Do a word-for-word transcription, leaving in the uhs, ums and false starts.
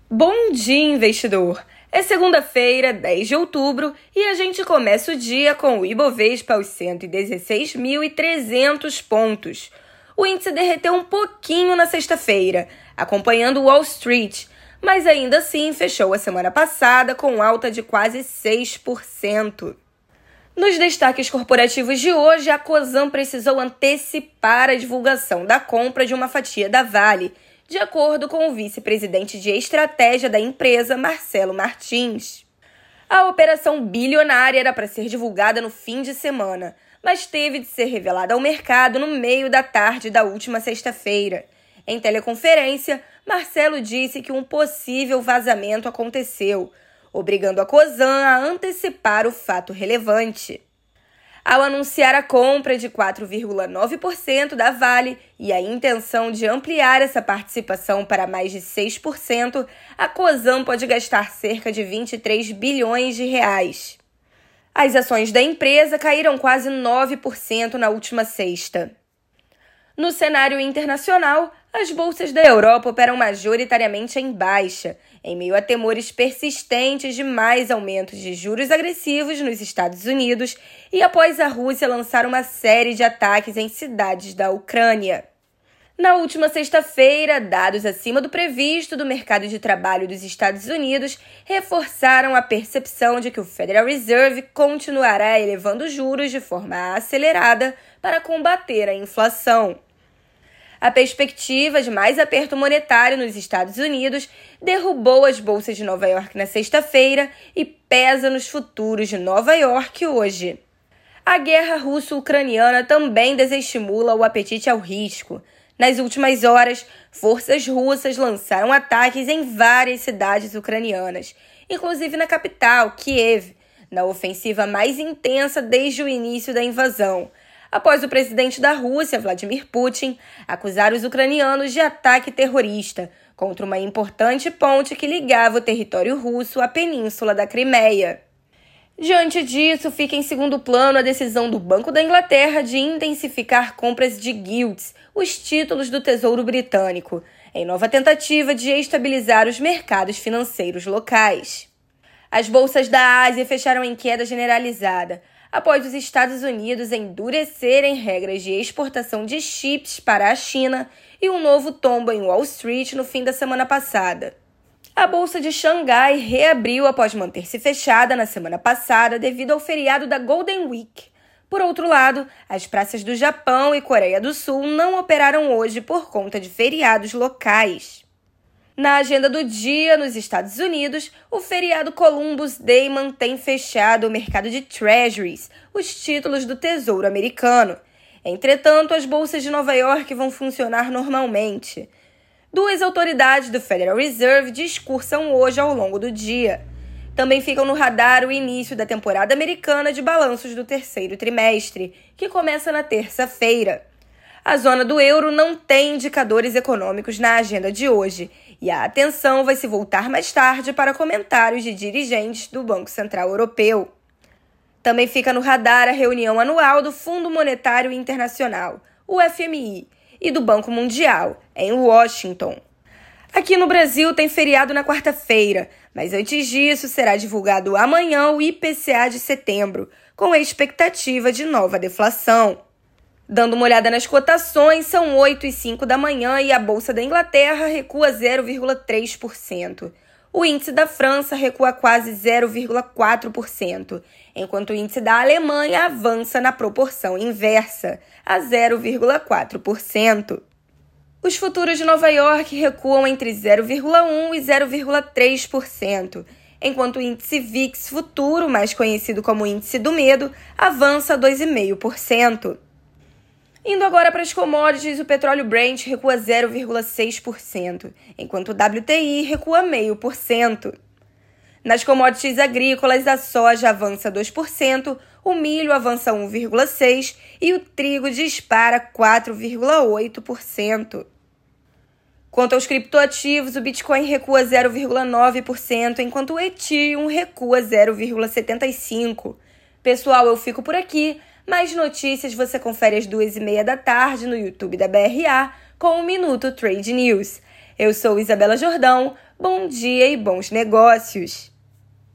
Bom dia, investidor! É segunda-feira, dez de outubro, e a gente começa o dia com o Ibovespa aos cento e dezesseis mil e trezentos pontos. O índice derreteu um pouquinho na sexta-feira, acompanhando Wall Street, mas ainda assim fechou a semana passada com alta de quase seis por cento. Nos destaques corporativos de hoje, a Cosan precisou antecipar a divulgação da compra de uma fatia da Vale, de acordo com o vice-presidente de estratégia da empresa, Marcelo Martins. A operação bilionária era para ser divulgada no fim de semana, mas teve de ser revelada ao mercado no meio da tarde da última sexta-feira. Em teleconferência, Marcelo disse que um possível vazamento aconteceu, obrigando a Cosan a antecipar o fato relevante. Ao anunciar a compra de quatro vírgula nove por cento da Vale e a intenção de ampliar essa participação para mais de seis por cento, a Cosan pode gastar cerca de vinte e três bilhões de reais. As ações da empresa caíram quase nove por cento na última sexta. No cenário internacional, as bolsas da Europa operam majoritariamente em baixa, em meio a temores persistentes de mais aumentos de juros agressivos nos Estados Unidos e após a Rússia lançar uma série de ataques em cidades da Ucrânia. Na última sexta-feira, dados acima do previsto do mercado de trabalho dos Estados Unidos reforçaram a percepção de que o Federal Reserve continuará elevando juros de forma acelerada para combater a inflação. A perspectiva de mais aperto monetário nos Estados Unidos derrubou as bolsas de Nova York na sexta-feira e pesa nos futuros de Nova York hoje. A guerra russo-ucraniana também desestimula o apetite ao risco. Nas últimas horas, forças russas lançaram ataques em várias cidades ucranianas, inclusive na capital, Kiev, na ofensiva mais intensa desde o início da invasão, após o presidente da Rússia, Vladimir Putin, acusar os ucranianos de ataque terrorista contra uma importante ponte que ligava o território russo à península da Crimeia. Diante disso, fica em segundo plano a decisão do Banco da Inglaterra de intensificar compras de gilts, os títulos do Tesouro Britânico, em nova tentativa de estabilizar os mercados financeiros locais. As bolsas da Ásia fecharam em queda generalizada, após os Estados Unidos endurecerem regras de exportação de chips para a China e um novo tombo em Wall Street no fim da semana passada. A Bolsa de Xangai reabriu após manter-se fechada na semana passada devido ao feriado da Golden Week. Por outro lado, as praças do Japão e Coreia do Sul não operaram hoje por conta de feriados locais. Na agenda do dia, nos Estados Unidos, o feriado Columbus Day mantém fechado o mercado de Treasuries, os títulos do Tesouro Americano. Entretanto, as bolsas de Nova York vão funcionar normalmente. Duas autoridades do Federal Reserve discursam hoje ao longo do dia. Também ficam no radar o início da temporada americana de balanços do terceiro trimestre, que começa na terça-feira. A zona do euro não tem indicadores econômicos na agenda de hoje, e a atenção vai se voltar mais tarde para comentários de dirigentes do Banco Central Europeu. Também fica no radar a reunião anual do Fundo Monetário Internacional, o F M I, e do Banco Mundial, em Washington. Aqui no Brasil tem feriado na quarta-feira, mas antes disso será divulgado amanhã o I P C A de setembro, com a expectativa de nova deflação. Dando uma olhada nas cotações, são oito e cinco da manhã e a Bolsa da Inglaterra recua zero vírgula três por cento. O índice da França recua quase zero vírgula quatro por cento, enquanto o índice da Alemanha avança na proporção inversa, a zero vírgula quatro por cento. Os futuros de Nova York recuam entre zero vírgula um por cento e zero vírgula três por cento, enquanto o índice V I X futuro, mais conhecido como índice do medo, avança dois vírgula cinco por cento. Indo agora para as commodities, o petróleo Brent recua zero vírgula seis por cento, enquanto o W T I recua zero vírgula cinco por cento. Nas commodities agrícolas, a soja avança dois por cento, o milho avança um vírgula seis por cento e o trigo dispara quatro vírgula oito por cento. Quanto aos criptoativos, o Bitcoin recua zero vírgula nove por cento, enquanto o Ethereum recua zero vírgula setenta e cinco por cento. Pessoal, eu fico por aqui. Mais notícias você confere às duas e meia da tarde no YouTube da B R A com o Minuto Trade News. Eu sou Isabela Jordão, Bom dia e bons negócios!